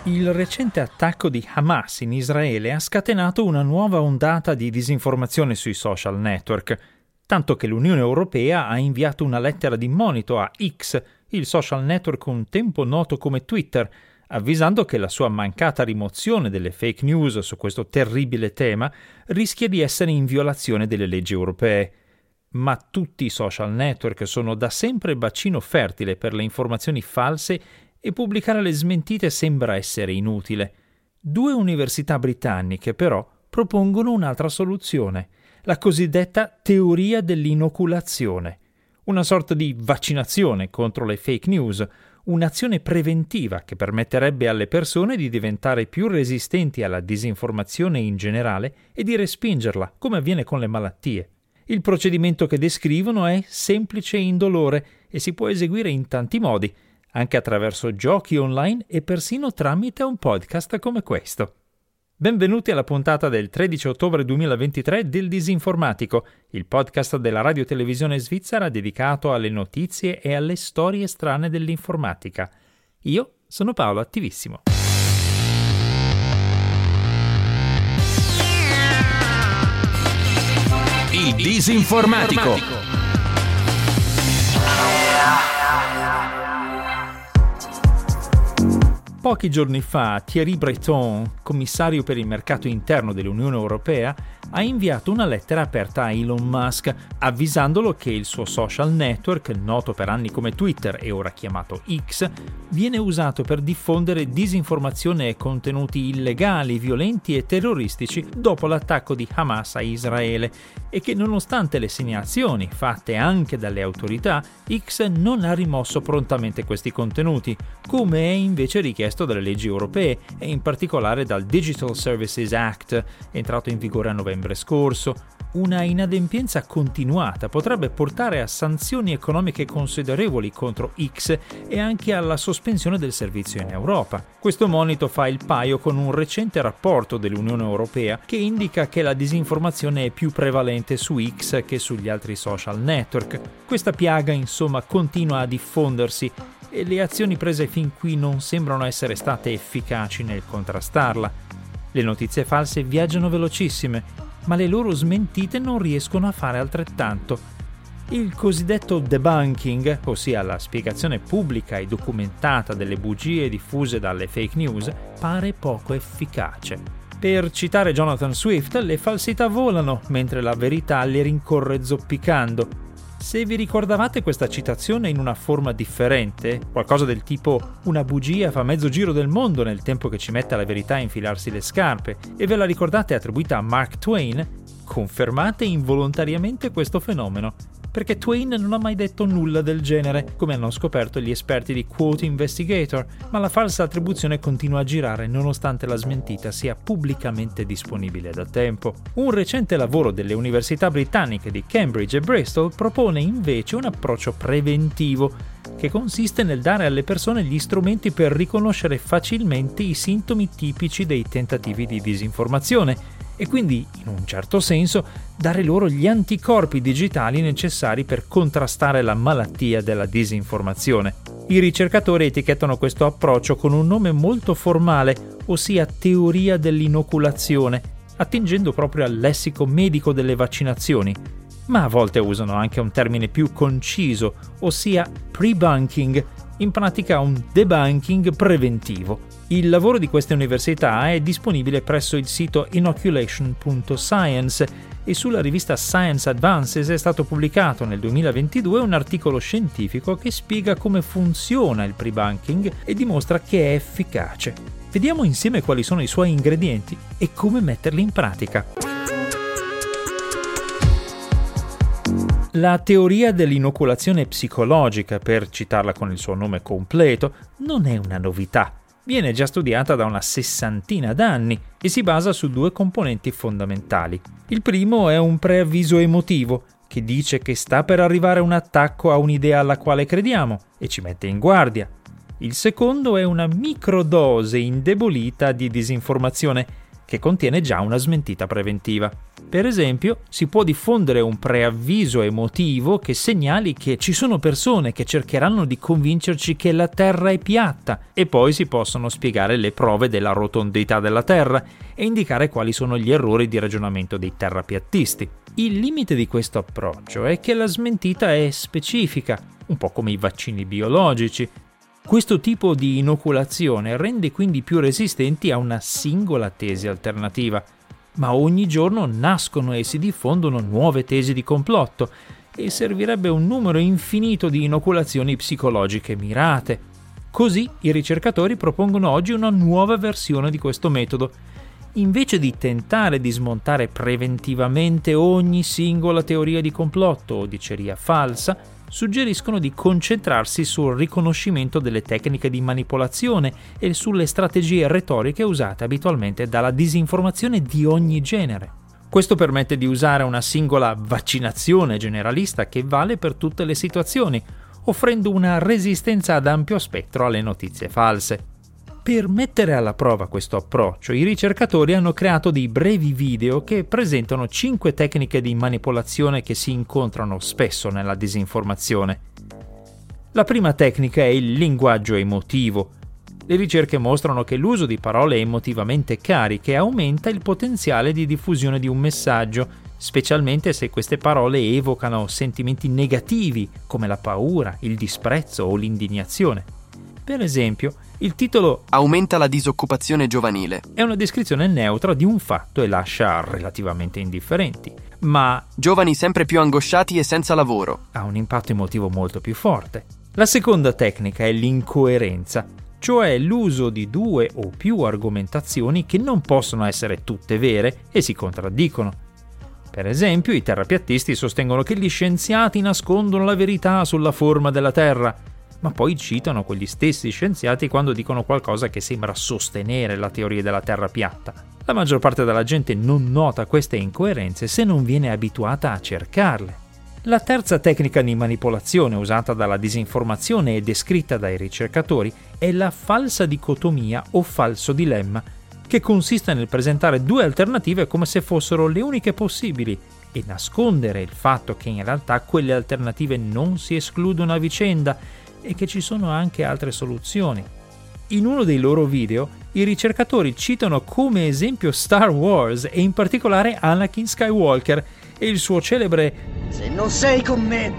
Il recente attacco di Hamas in Israele ha scatenato una nuova ondata di disinformazione sui social network, tanto che l'Unione Europea ha inviato una lettera di monito a X, il social network un tempo noto come Twitter, avvisando che la sua mancata rimozione delle fake news su questo terribile tema rischia di essere in violazione delle leggi europee. Ma tutti i social network sono da sempre bacino fertile per le informazioni false e pubblicare le smentite sembra essere inutile. 2 università britanniche però propongono un'altra soluzione, la cosiddetta teoria dell'inoculazione, una sorta di vaccinazione contro le fake news, un'azione preventiva che permetterebbe alle persone di diventare più resistenti alla disinformazione in generale e di respingerla, come avviene con le malattie. Il procedimento che descrivono è semplice e indolore e si può eseguire in tanti modi, anche attraverso giochi online e persino tramite un podcast come questo. Benvenuti alla puntata del 13 ottobre 2023 del Disinformatico, il podcast della radio-televisione svizzera dedicato alle notizie e alle storie strane dell'informatica. Io sono Paolo Attivissimo. Il Disinformatico. Pochi giorni fa Thierry Breton, commissario per il mercato interno dell'Unione Europea, ha inviato una lettera aperta a Elon Musk, avvisandolo che il suo social network, noto per anni come Twitter e ora chiamato X, viene usato per diffondere disinformazione e contenuti illegali, violenti e terroristici dopo l'attacco di Hamas a Israele e che nonostante le segnalazioni fatte anche dalle autorità, X non ha rimosso prontamente questi contenuti, come è invece richiesto dalle leggi europee e in particolare dal Digital Services Act, entrato in vigore a novembre scorso. Una inadempienza continuata potrebbe portare a sanzioni economiche considerevoli contro X e anche alla sospensione del servizio in Europa. Questo monito fa il paio con un recente rapporto dell'Unione Europea che indica che la disinformazione è più prevalente su X che sugli altri social network. Questa piaga, insomma, continua a diffondersi e le azioni prese fin qui non sembrano essere state efficaci nel contrastarla. Le notizie false viaggiano velocissime, ma le loro smentite non riescono a fare altrettanto. Il cosiddetto debunking, ossia la spiegazione pubblica e documentata delle bugie diffuse dalle fake news, pare poco efficace. Per citare Jonathan Swift, le falsità volano, mentre la verità le rincorre zoppicando. Se vi ricordavate questa citazione in una forma differente, qualcosa del tipo «una bugia fa mezzo giro del mondo nel tempo che ci mette la verità a infilarsi le scarpe», e ve la ricordate attribuita a Mark Twain, confermate involontariamente questo fenomeno, perché Twain non ha mai detto nulla del genere, come hanno scoperto gli esperti di Quote Investigator, ma la falsa attribuzione continua a girare nonostante la smentita sia pubblicamente disponibile da tempo. Un recente lavoro delle università britanniche di Cambridge e Bristol propone invece un approccio preventivo, che consiste nel dare alle persone gli strumenti per riconoscere facilmente i sintomi tipici dei tentativi di disinformazione, e quindi, in un certo senso, dare loro gli anticorpi digitali necessari per contrastare la malattia della disinformazione. I ricercatori etichettano questo approccio con un nome molto formale, ossia teoria dell'inoculazione, attingendo proprio al lessico medico delle vaccinazioni, ma a volte usano anche un termine più conciso, ossia pre-bunking, in pratica un debunking preventivo. Il lavoro di queste università è disponibile presso il sito inoculation.science e sulla rivista Science Advances è stato pubblicato nel 2022 un articolo scientifico che spiega come funziona il pre-bunking e dimostra che è efficace. Vediamo insieme quali sono i suoi ingredienti e come metterli in pratica. La teoria dell'inoculazione psicologica, per citarla con il suo nome completo, non è una novità. Viene già studiata da una 60 d'anni e si basa su 2 componenti fondamentali. Il primo è un preavviso emotivo, che dice che sta per arrivare un attacco a un'idea alla quale crediamo e ci mette in guardia. Il secondo è una microdose indebolita di disinformazione, che contiene già una smentita preventiva. Per esempio, si può diffondere un preavviso emotivo che segnali che ci sono persone che cercheranno di convincerci che la Terra è piatta, e poi si possono spiegare le prove della rotondità della Terra e indicare quali sono gli errori di ragionamento dei terrapiattisti. Il limite di questo approccio è che la smentita è specifica, un po' come i vaccini biologici. Questo tipo di inoculazione rende quindi più resistenti a una singola tesi alternativa. Ma ogni giorno nascono e si diffondono nuove tesi di complotto e servirebbe un numero infinito di inoculazioni psicologiche mirate. Così i ricercatori propongono oggi una nuova versione di questo metodo. Invece di tentare di smontare preventivamente ogni singola teoria di complotto o diceria falsa, suggeriscono di concentrarsi sul riconoscimento delle tecniche di manipolazione e sulle strategie retoriche usate abitualmente dalla disinformazione di ogni genere. Questo permette di usare una singola vaccinazione generalista che vale per tutte le situazioni, offrendo una resistenza ad ampio spettro alle notizie false. Per mettere alla prova questo approccio, i ricercatori hanno creato dei brevi video che presentano 5 tecniche di manipolazione che si incontrano spesso nella disinformazione. La prima tecnica è il linguaggio emotivo. Le ricerche mostrano che l'uso di parole emotivamente cariche aumenta il potenziale di diffusione di un messaggio, specialmente se queste parole evocano sentimenti negativi come la paura, il disprezzo o l'indignazione. Per esempio, il titolo "Aumenta la disoccupazione giovanile" è una descrizione neutra di un fatto e lascia relativamente indifferenti, ma "Giovani sempre più angosciati e senza lavoro" ha un impatto emotivo molto più forte. La seconda tecnica è l'incoerenza, cioè l'uso di 2 o più argomentazioni che non possono essere tutte vere e si contraddicono. Per esempio, i terrapiattisti sostengono che gli scienziati nascondono la verità sulla forma della Terra, ma poi citano quegli stessi scienziati quando dicono qualcosa che sembra sostenere la teoria della Terra piatta. La maggior parte della gente non nota queste incoerenze se non viene abituata a cercarle. La terza tecnica di manipolazione usata dalla disinformazione e descritta dai ricercatori è la falsa dicotomia o falso dilemma, che consiste nel presentare 2 alternative come se fossero le uniche possibili e nascondere il fatto che in realtà quelle alternative non si escludono a vicenda e che ci sono anche altre soluzioni. In uno dei loro video, i ricercatori citano come esempio Star Wars e in particolare Anakin Skywalker e il suo celebre "Se non sei con me,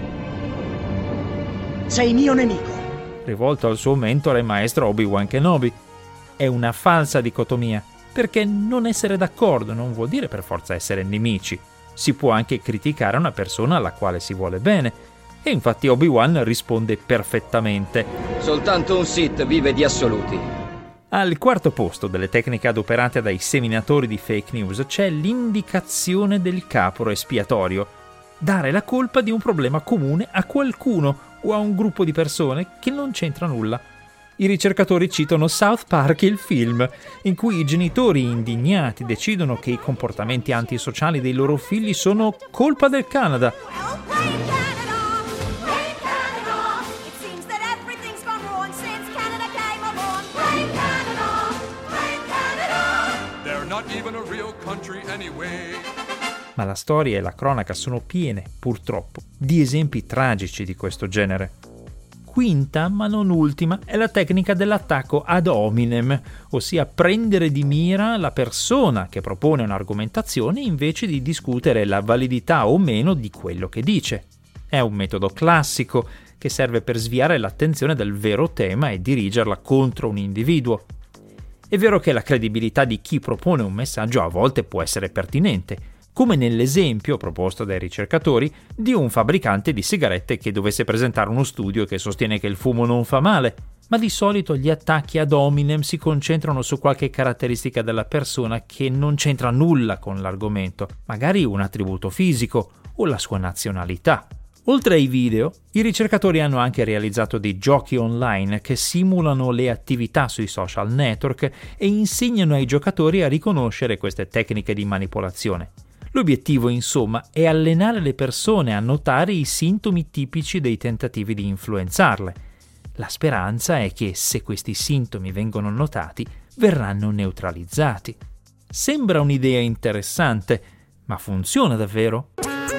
sei mio nemico", rivolto al suo mentore e maestro Obi-Wan Kenobi. È una falsa dicotomia, perché non essere d'accordo non vuol dire per forza essere nemici. Si può anche criticare una persona alla quale si vuole bene. E infatti Obi-Wan risponde perfettamente: "Soltanto un Sith vive di assoluti". Al quarto posto delle tecniche adoperate dai seminatori di fake news c'è l'indicazione del capro espiatorio, dare la colpa di un problema comune a qualcuno o a un gruppo di persone che non c'entra nulla. I ricercatori citano South Park, il film, in cui i genitori indignati decidono che i comportamenti antisociali dei loro figli sono colpa del Canada. Ma la storia e la cronaca sono piene, purtroppo, di esempi tragici di questo genere. Quinta, ma non ultima, è la tecnica dell'attacco ad hominem, ossia prendere di mira la persona che propone un'argomentazione invece di discutere la validità o meno di quello che dice. È un metodo classico che serve per sviare l'attenzione dal vero tema e dirigerla contro un individuo. È vero che la credibilità di chi propone un messaggio a volte può essere pertinente, come nell'esempio proposto dai ricercatori di un fabbricante di sigarette che dovesse presentare uno studio che sostiene che il fumo non fa male, ma di solito gli attacchi ad hominem si concentrano su qualche caratteristica della persona che non c'entra nulla con l'argomento, magari un attributo fisico o la sua nazionalità. Oltre ai video, i ricercatori hanno anche realizzato dei giochi online che simulano le attività sui social network e insegnano ai giocatori a riconoscere queste tecniche di manipolazione. L'obiettivo, insomma, è allenare le persone a notare i sintomi tipici dei tentativi di influenzarle. La speranza è che, se questi sintomi vengono notati, verranno neutralizzati. Sembra un'idea interessante, Ma funziona davvero?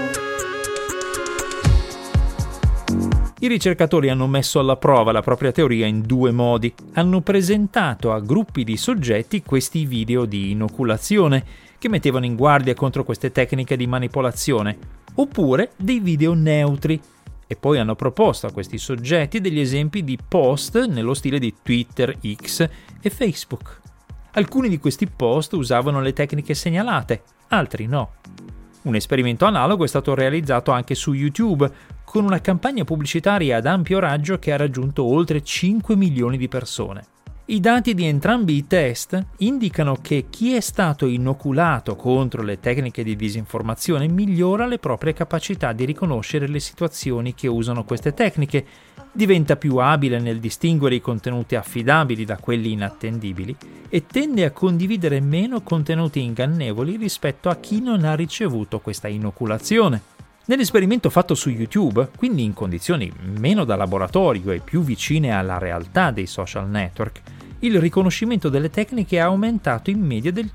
I ricercatori hanno messo alla prova la propria teoria in due modi. Hanno presentato a gruppi di soggetti questi video di inoculazione che mettevano in guardia contro queste tecniche di manipolazione, oppure dei video neutri, e poi hanno proposto a questi soggetti degli esempi di post nello stile di Twitter, X e Facebook. Alcuni di questi post usavano le tecniche segnalate, altri no. Un esperimento analogo è stato realizzato anche su YouTube, con una campagna pubblicitaria ad ampio raggio che ha raggiunto oltre 5 milioni di persone. I dati di entrambi i test indicano che chi è stato inoculato contro le tecniche di disinformazione migliora le proprie capacità di riconoscere le situazioni che usano queste tecniche, diventa più abile nel distinguere i contenuti affidabili da quelli inattendibili e tende a condividere meno contenuti ingannevoli rispetto a chi non ha ricevuto questa inoculazione. Nell'esperimento fatto su YouTube, quindi in condizioni meno da laboratorio e più vicine alla realtà dei social network, il riconoscimento delle tecniche è aumentato in media del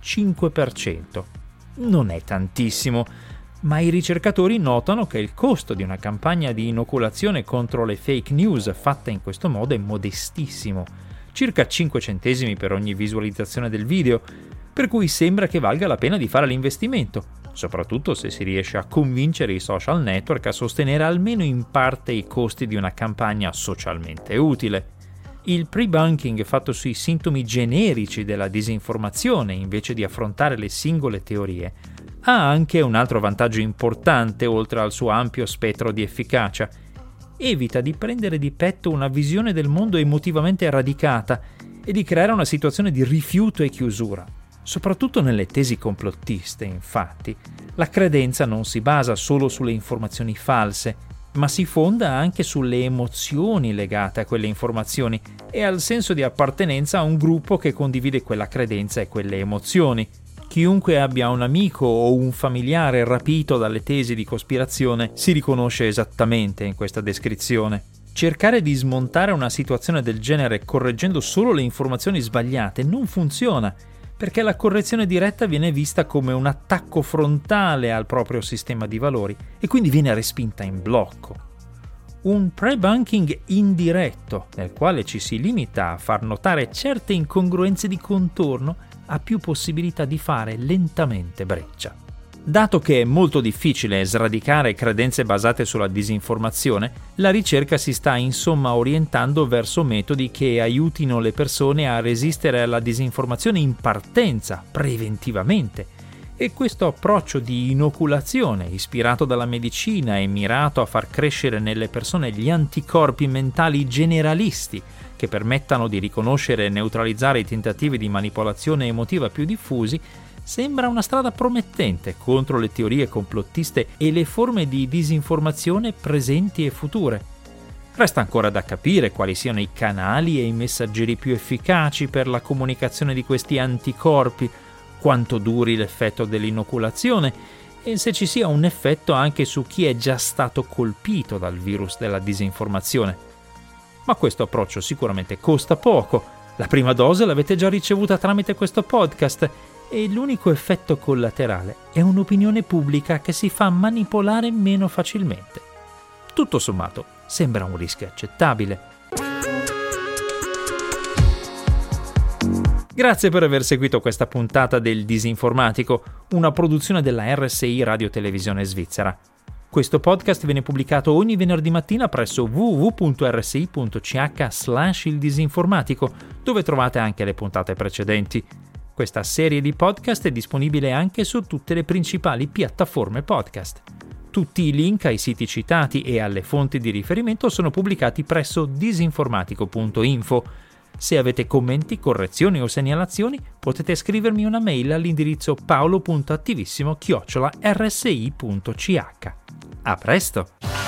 5%. Non è tantissimo, ma i ricercatori notano che il costo di una campagna di inoculazione contro le fake news fatta in questo modo è modestissimo, circa 5 centesimi per ogni visualizzazione del video, per cui sembra che valga la pena di fare l'investimento, soprattutto se si riesce a convincere i social network a sostenere almeno in parte i costi di una campagna socialmente utile. Il pre-bunking fatto sui sintomi generici della disinformazione invece di affrontare le singole teorie ha anche un altro vantaggio importante oltre al suo ampio spettro di efficacia. Evita di prendere di petto una visione del mondo emotivamente radicata e di creare una situazione di rifiuto e chiusura. Soprattutto nelle tesi complottiste, infatti, la credenza non si basa solo sulle informazioni false, ma si fonda anche sulle emozioni legate a quelle informazioni e al senso di appartenenza a un gruppo che condivide quella credenza e quelle emozioni. Chiunque abbia un amico o un familiare rapito dalle tesi di cospirazione si riconosce esattamente in questa descrizione. Cercare di smontare una situazione del genere correggendo solo le informazioni sbagliate non funziona, perché la correzione diretta viene vista come un attacco frontale al proprio sistema di valori e quindi viene respinta in blocco. Un pre-bunking indiretto, nel quale ci si limita a far notare certe incongruenze di contorno, ha più possibilità di fare lentamente breccia. Dato che è molto difficile sradicare credenze basate sulla disinformazione, la ricerca si sta insomma orientando verso metodi che aiutino le persone a resistere alla disinformazione in partenza, preventivamente. E questo approccio di inoculazione, ispirato dalla medicina e mirato a far crescere nelle persone gli anticorpi mentali generalisti, che permettano di riconoscere e neutralizzare i tentativi di manipolazione emotiva più diffusi, sembra una strada promettente contro le teorie complottiste e le forme di disinformazione presenti e future. Resta ancora da capire quali siano i canali e i messaggeri più efficaci per la comunicazione di questi anticorpi, quanto duri l'effetto dell'inoculazione e se ci sia un effetto anche su chi è già stato colpito dal virus della disinformazione. Ma questo approccio sicuramente costa poco. La prima dose l'avete già ricevuta tramite questo podcast e l'unico effetto collaterale è un'opinione pubblica che si fa manipolare meno facilmente. Tutto sommato, sembra un rischio accettabile. Grazie per aver seguito questa puntata del Disinformatico, una produzione della RSI Radio Televisione Svizzera. Questo podcast viene pubblicato ogni venerdì mattina presso www.rsi.ch/ildisinformatico, dove trovate anche le puntate precedenti. Questa serie di podcast è disponibile anche su tutte le principali piattaforme podcast. Tutti i link ai siti citati e alle fonti di riferimento sono pubblicati presso disinformatico.info. Se avete commenti, correzioni o segnalazioni, potete scrivermi una mail all'indirizzo paolo.attivissimo@rsi.ch. A presto!